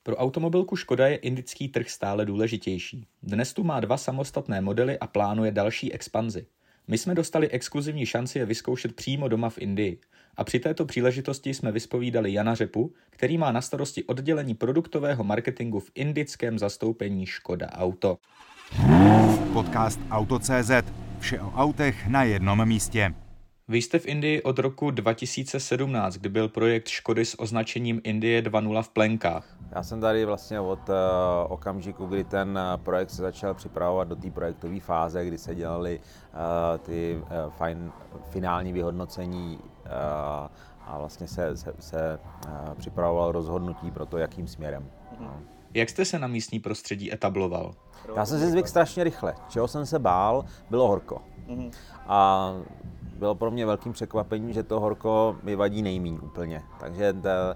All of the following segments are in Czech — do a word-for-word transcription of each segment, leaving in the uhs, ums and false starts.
Pro automobilku Škoda je indický trh stále důležitější. Dnes tu má dva samostatné modely a plánuje další expanzi. My jsme dostali exkluzivní šanci je vyzkoušet přímo doma v Indii. A při této příležitosti jsme vyspovídali Jana Řepu, který má na starosti oddělení produktového marketingu v indickém zastoupení Škoda Auto. Podcast Auto tečka cé zet. Vše o autech na jednom místě. Vy jste v Indii od roku dva tisíce sedmnáct, kdy byl projekt Škody s označením Indie dva nula v plenkách. Já jsem tady vlastně od uh, okamžiku, kdy ten projekt se začal připravovat do té projektové fáze, kdy se dělaly uh, ty uh, fajn, finální vyhodnocení uh, a vlastně se, se, se uh, připravovalo rozhodnutí pro to, jakým směrem. Mhm. No. Jak jste se na místní prostředí etabloval? Já jsem si zvykl strašně rychle. Čeho jsem se bál, bylo horko. Mhm. A bylo pro mě velkým překvapením, že to horko mi vadí nejmíň úplně. Takže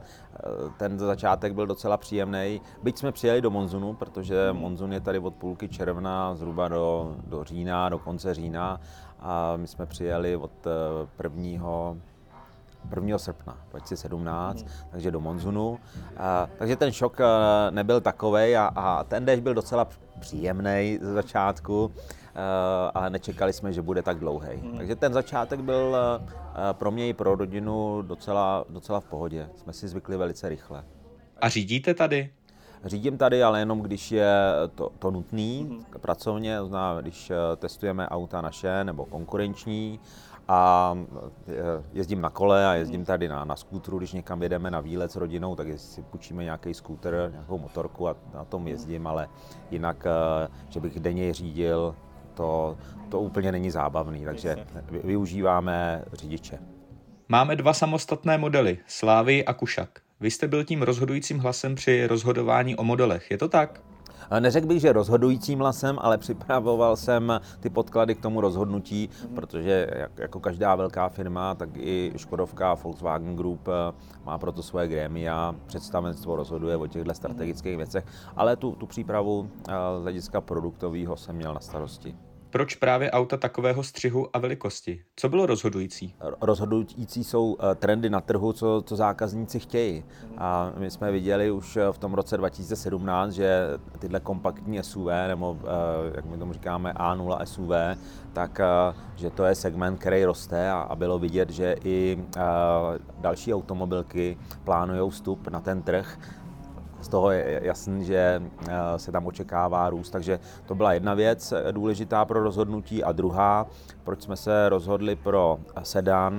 ten začátek byl docela příjemný. Byť jsme přijeli do monzunu, protože monzun je tady od půlky června zhruba do, do října, do konce října. A my jsme přijeli od prvního prvního srpna dva tisíce sedmnáct, hmm. takže do monzunu. A, takže ten šok nebyl takovej a, a ten déšť byl docela příjemný ze začátku, a, ale nečekali jsme, že bude tak dlouhý. Hmm. Takže ten začátek byl pro mě i pro rodinu docela, docela v pohodě. Jsme si zvykli velice rychle. A řídíte tady? Řídím tady, ale jenom když je to, to nutný, hmm. pracovně, to znamená, když testujeme auta naše nebo konkurenční, a jezdím na kole a jezdím tady na, na skútru, když někam jedeme na výlet s rodinou, tak si půjčíme nějaký skútr, nějakou motorku a na tom jezdím, ale jinak, že bych denně řídil, to, to úplně není zábavný, takže využíváme řidiče. Máme dva samostatné modely, Slavii a Kushaq. Vy jste byl tím rozhodujícím hlasem při rozhodování o modelech, je to tak? Neřekl bych, že rozhodujícím hlasem, ale připravoval jsem ty podklady k tomu rozhodnutí, mm. protože jako každá velká firma, tak i Škodovka, Volkswagen Group má proto svoje grémia, představenstvo rozhoduje o těchto strategických věcech, ale tu, tu přípravu z hlediska produktového jsem měl na starosti. Proč právě auta takového střihu a velikosti? Co bylo rozhodující? Rozhodující jsou trendy na trhu, co, co zákazníci chtějí. A my jsme viděli už v tom roce dva tisíce sedmnáct, že tyhle kompaktní S U V, nebo jak my tomu říkáme A nula S U V, tak že to je segment, který roste a, a bylo vidět, že i další automobilky plánují vstup na ten trh. Z toho je jasný, že se tam očekává růst, takže to byla jedna věc důležitá pro rozhodnutí. A druhá, proč jsme se rozhodli pro sedan,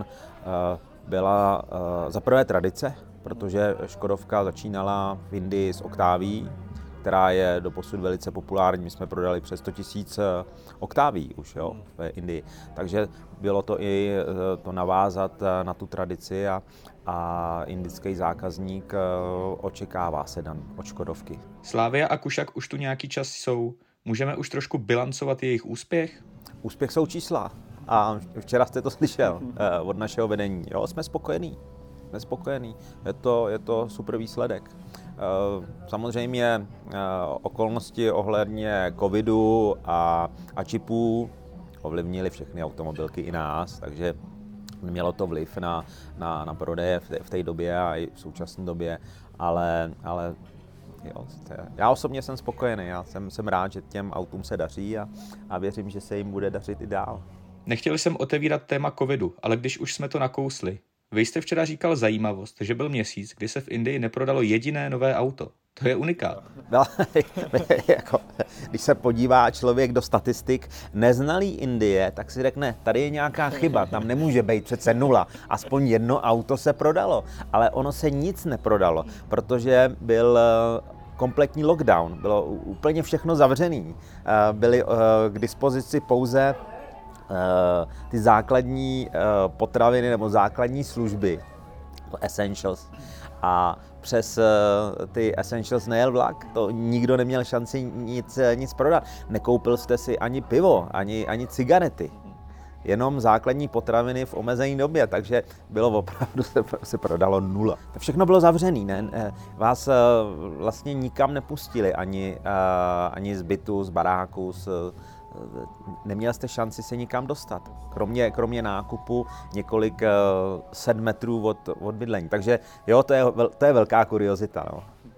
byla za prvé tradice, protože Škodovka začínala v Indii s Octavií, která je doposud velice populární. My jsme prodali přes sto tisíc Octavií už jo, v Indii. Takže bylo to i to navázat na tu tradici a, a indický zákazník očekává sedan od Škodovky. Slavia a Kushaq už tu nějaký čas jsou. Můžeme už trošku bilancovat jejich úspěch? Úspěch jsou čísla. A včera jste to slyšel od našeho vedení. Jo, jsme spokojení. Jsme spokojení. Je to, je to super výsledek. Samozřejmě okolnosti ohledně covidu a, a čipů ovlivnily všechny automobilky i nás, takže mělo to vliv na, na, na prodeje v té, v té době a i v současné době, ale, ale jo, já osobně jsem spokojený, já jsem, jsem rád, že těm autům se daří a, a věřím, že se jim bude dařit i dál. Nechtěl jsem otevírat téma covidu, ale když už jsme to nakousli. Vy jste včera říkal zajímavost, že byl měsíc, kdy se v Indii neprodalo jediné nové auto. To je unikát. No, jako, když se podívá člověk do statistik neznalý Indie, tak si řekne, tady je nějaká chyba, tam nemůže být přece nula. Aspoň jedno auto se prodalo, ale ono se nic neprodalo, protože byl kompletní lockdown, bylo úplně všechno zavřený. Byly k dispozici pouze ty základní potraviny nebo základní služby, essentials. A přes ty essentials nejel vlak, to nikdo neměl šanci nic, nic prodat. Nekoupil jste si ani pivo, ani, ani cigarety. Jenom základní potraviny v omezené době, takže bylo opravdu, se, se prodalo nula. To všechno bylo zavřený, ne? Vás vlastně nikam nepustili, ani, ani z bytu, z baráku, z, neměl jste šanci se nikam dostat, kromě, kromě nákupu několik set metrů od, od bydlení. Takže jo, to je, to je velká kuriozita. No.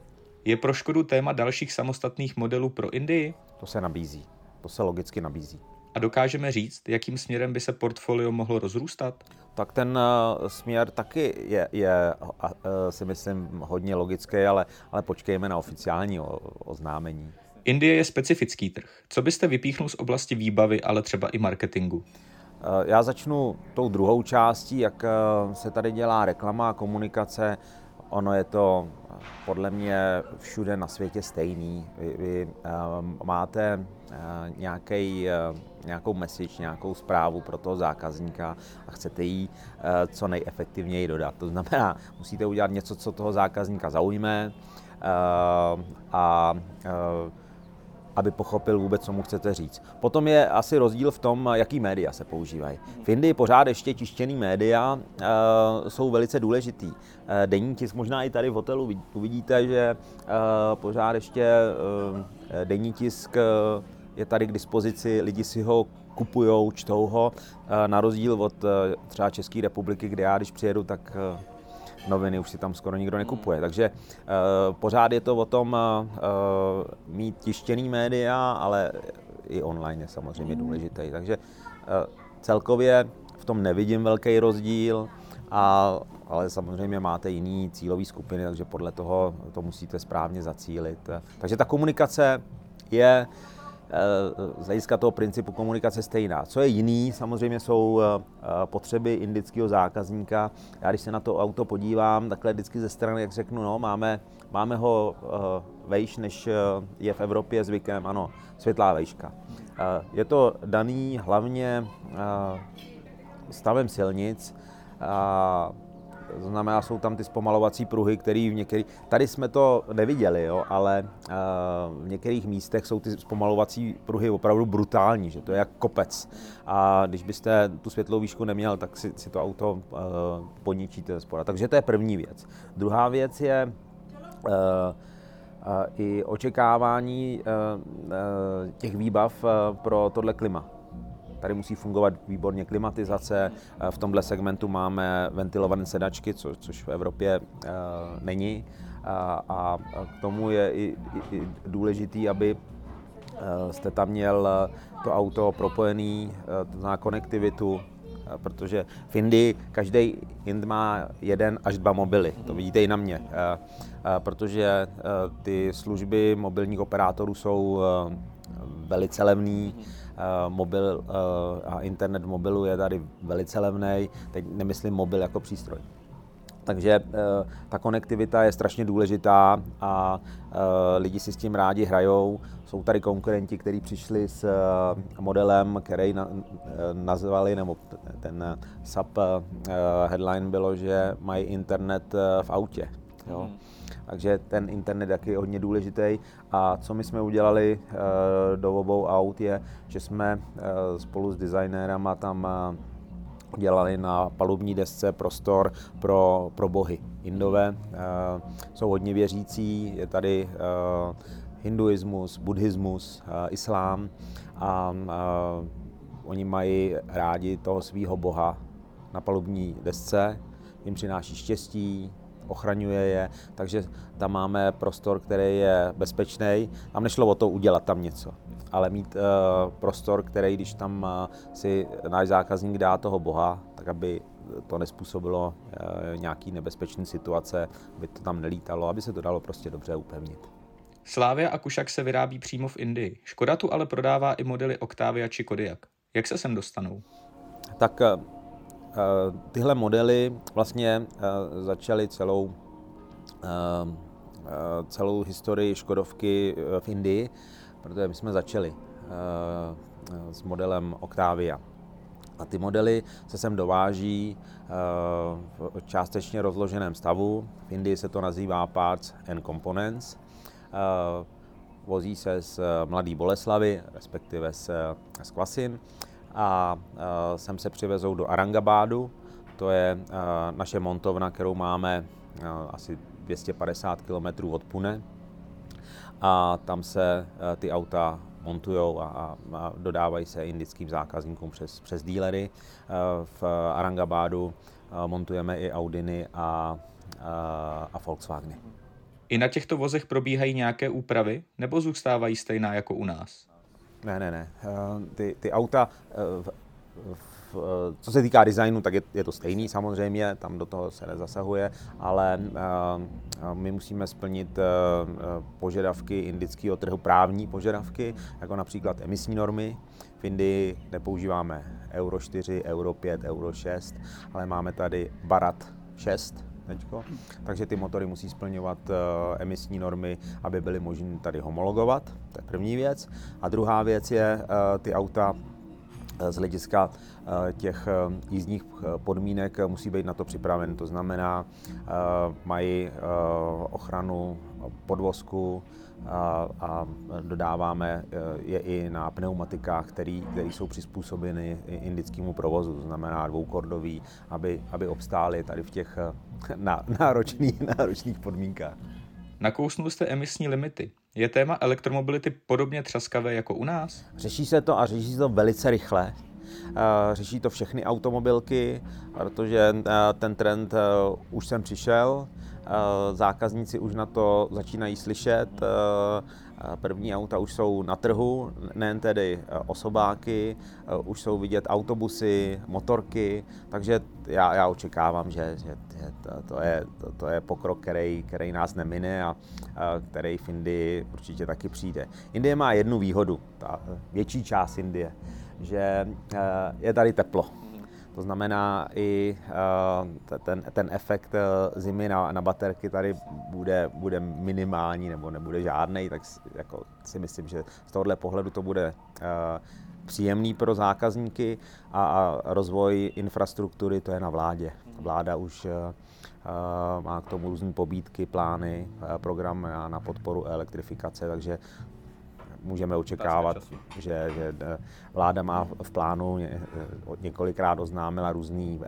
Je pro Škodu téma dalších samostatných modelů pro Indii? To se nabízí. To se logicky nabízí. A dokážeme říct, jakým směrem by se portfolio mohlo rozrůstat? Tak ten směr taky je, je si myslím, hodně logický, ale, ale počkejme na oficiální oznámení. Indie je specifický trh. Co byste vypíchnul z oblasti výbavy, ale třeba i marketingu? Já začnu tou druhou částí, jak se tady dělá reklama a komunikace. Ono je to podle mě všude na světě stejný. Vy, vy uh, máte uh, nějaký, uh, nějakou message, nějakou zprávu pro toho zákazníka a chcete ji uh, co nejefektivněji dodat. To znamená, musíte udělat něco, co toho zákazníka zaujme uh, a uh, aby pochopil vůbec, co mu chcete říct. Potom je asi rozdíl v tom, jaký média se používají. V Indii pořád ještě tištěný média uh, jsou velice důležitý. Uh, denní tisk, možná i tady v hotelu uvidíte, že uh, pořád ještě uh, denní tisk uh, je tady k dispozici, lidi si ho kupujou, čtou ho, uh, na rozdíl od uh, třeba České republiky, kde já, když přijedu, tak uh, noviny už si tam skoro nikdo nekupuje. Takže uh, pořád je to o tom uh, mít tištěný média, ale i online je samozřejmě důležitý. Takže uh, celkově v tom nevidím velký rozdíl, a, ale samozřejmě máte jiný cílový skupiny, takže podle toho to musíte správně zacílit. Takže ta komunikace je z hlediska toho principu komunikace stejná. Co je jiný, samozřejmě jsou potřeby indického zákazníka. Já když se na to auto podívám, takhle vždycky ze strany, jak řeknu, no, máme, máme ho vejš, než je v Evropě zvykem, ano, světlá vejška. Je to daný hlavně stavem silnic, to znamená, jsou tam ty zpomalovací pruhy, které v některých... Tady jsme to neviděli, jo, ale uh, v některých místech jsou ty zpomalovací pruhy opravdu brutální, že to je jak kopec. A když byste tu světlou výšku neměl, tak si, si to auto uh, poničíte ze spoda. Takže to je první věc. Druhá věc je uh, uh, i očekávání uh, uh, těch výbav uh, pro tohle klima. Tady musí fungovat výborně klimatizace, v tomhle segmentu máme ventilované sedačky, co, což v Evropě uh, není. A, a k tomu je i, i, i důležitý, aby uh, jste tam měl to auto propojený, uh, to znamená konektivitu, uh, protože v Indii každý Ind má jeden až dva mobily, to vidíte i na mě, uh, uh, protože uh, ty služby mobilních operátorů jsou uh, velice levný. Mobil a internet v mobilu je tady velice levný, teď nemyslím mobil jako přístroj. Takže ta konektivita je strašně důležitá a lidi si s tím rádi hrajou. Jsou tady konkurenti, kteří přišli s modelem, který nazvali, nebo ten sub headline bylo, že mají internet v autě. Jo? Takže ten internet je hodně důležitý. A co my jsme udělali e, do obou aut je, že jsme e, spolu s designérama tam e, dělali na palubní desce prostor pro, pro bohy. Indové e, jsou hodně věřící, je tady e, hinduismus, buddhismus, e, islám a e, oni mají rádi toho svého boha na palubní desce, jim přináší štěstí, ochraňuje je, takže tam máme prostor, který je bezpečný. Tam nešlo o to udělat tam něco, ale mít uh, prostor, který, když tam uh, si náš zákazník dá toho boha, tak aby to nespůsobilo uh, nějaký nebezpečný situace, aby to tam nelítalo, aby se to dalo prostě dobře upevnit. Slavia a Kushaq se vyrábí přímo v Indii. Škoda tu ale prodává i modely Octavia či Kodiaq. Jak se sem dostanou? Tak uh, tyhle modely vlastně uh, začaly celou, uh, uh, celou historii Škodovky v Indii, protože my jsme začali uh, s modelem Octavia. A ty modely se sem dováží uh, v částečně rozloženém stavu. V Indii se to nazývá Parts and Components. Uh, vozí se z Mladé Boleslavi, respektive z, z Kvasin. A uh, sem se přivezou do Aurangabadu, to je uh, naše montovna, kterou máme uh, asi dvě stě padesát kilometrů od Pune. A tam se uh, ty auta montujou a, a, a dodávají se indickým zákazníkům přes, přes dílery. Uh, v Aurangabadu uh, montujeme i Audiny a, uh, a Volkswageny. I na těchto vozech probíhají nějaké úpravy, nebo zůstávají stejná jako u nás? Ne, ne, ne. Ty, ty auta, v, v, co se týká designu, tak je, je to stejný samozřejmě, tam do toho se nezasahuje, ale my musíme splnit požadavky indického trhu, právní požadavky, jako například emisní normy. V Indii nepoužíváme Euro čtyři, Euro pět, Euro šest, ale máme tady Bharat šest. Teďko. Takže ty motory musí splňovat uh, emisní normy, aby byly možné tady homologovat. To je první věc. A druhá věc je, uh, ty auta uh, z hlediska uh, těch uh, jízdních podmínek uh, musí být na to připraven. To znamená, uh, mají uh, ochranu podvozku a, a dodáváme je i na pneumatikách, které jsou přizpůsobeny indickému provozu, to znamená dvoukordový, aby, aby obstály tady v těch náročných, náročných podmínkách. Nakousnul jste emisní limity. Je téma elektromobility podobně třaskavé jako u nás? Řeší se to a řeší se to velice rychle. Řeší to všechny automobilky, protože ten trend už sem přišel. Zákazníci už na to začínají slyšet. První auta už jsou na trhu, nejen tedy osobáky, už jsou vidět autobusy, motorky, takže já, já očekávám, že, že to, to, je, to, to je pokrok, který, který nás nemine a, a který v Indii určitě taky přijde. Indie má jednu výhodu, ta větší část Indie, že je tady teplo. To znamená, i ten, ten efekt zimy na, na baterky tady bude, bude minimální nebo nebude žádnej, tak jako si myslím, že z tohohle pohledu to bude příjemný pro zákazníky a, a rozvoj infrastruktury, to je na vládě. Vláda už má k tomu různé pobídky, plány, program na podporu elektrifikace, takže můžeme očekávat, že, že vláda má v plánu, několikrát oznámila různý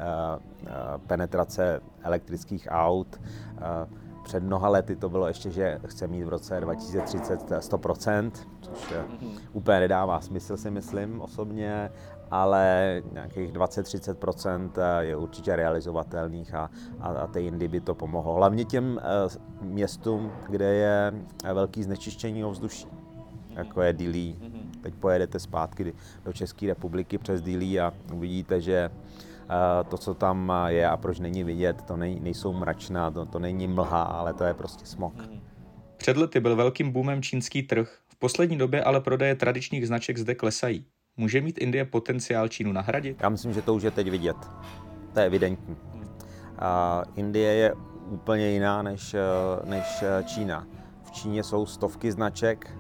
penetrace elektrických aut. Před mnoha lety to bylo ještě, že chce mít v roce dva tisíce třicet sto procent, což úplně nedává smysl, si myslím osobně, ale nějakých dvacet až třicet procent je určitě realizovatelných a, a, a té Indii by to pomohlo. Hlavně těm městům, kde je velké znečištění ovzduší, jako je Dillí. Teď pojedete zpátky do České republiky přes Dillí a uvidíte, že to, co tam je a proč není vidět, to nej, nejsou mračna, to, to není mlha, ale to je prostě smog. Před lety byl velkým boomem čínský trh. V poslední době ale prodeje tradičních značek zde klesají. Může mít Indie potenciál Čínu nahradit? Já myslím, že to už je teď vidět. To je evidentní. A Indie je úplně jiná než, než Čína. V Číně jsou stovky značek,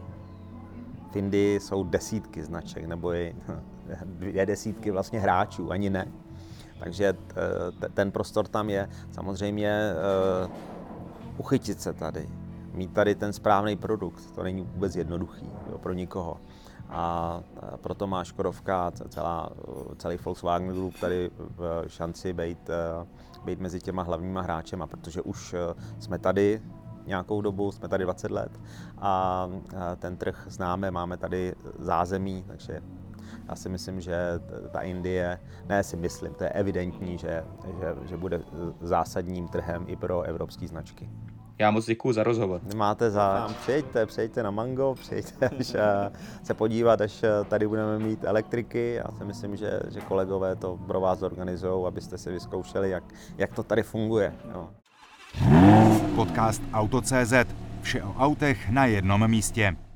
v Indii jsou desítky značek, nebo i dvě desítky vlastně hráčů, ani ne. Takže t, ten prostor tam je. Samozřejmě uh, uchytit se tady, mít tady ten správný produkt, to není vůbec jednoduchý jo, pro nikoho. A proto má Škodovka, celá, celý Volkswagen Group tady v šanci být, být mezi těma hlavníma hráčema, protože už jsme tady nějakou dobu, jsme tady dvacet let a ten trh známe, máme tady zázemí, takže já si myslím, že ta Indie, ne si myslím, to je evidentní, že, že, že bude zásadním trhem i pro evropské značky. Já moc děkuju za rozhovor. Máte za... Přijďte, přijďte na Mango, přijďte až se podívat, až tady budeme mít elektriky. Já si myslím, že, že kolegové to pro vás zorganizujou, abyste si vyzkoušeli, jak, jak to tady funguje. Jo. Podcast Auto tečka cé zet. Vše o autech na jednom místě.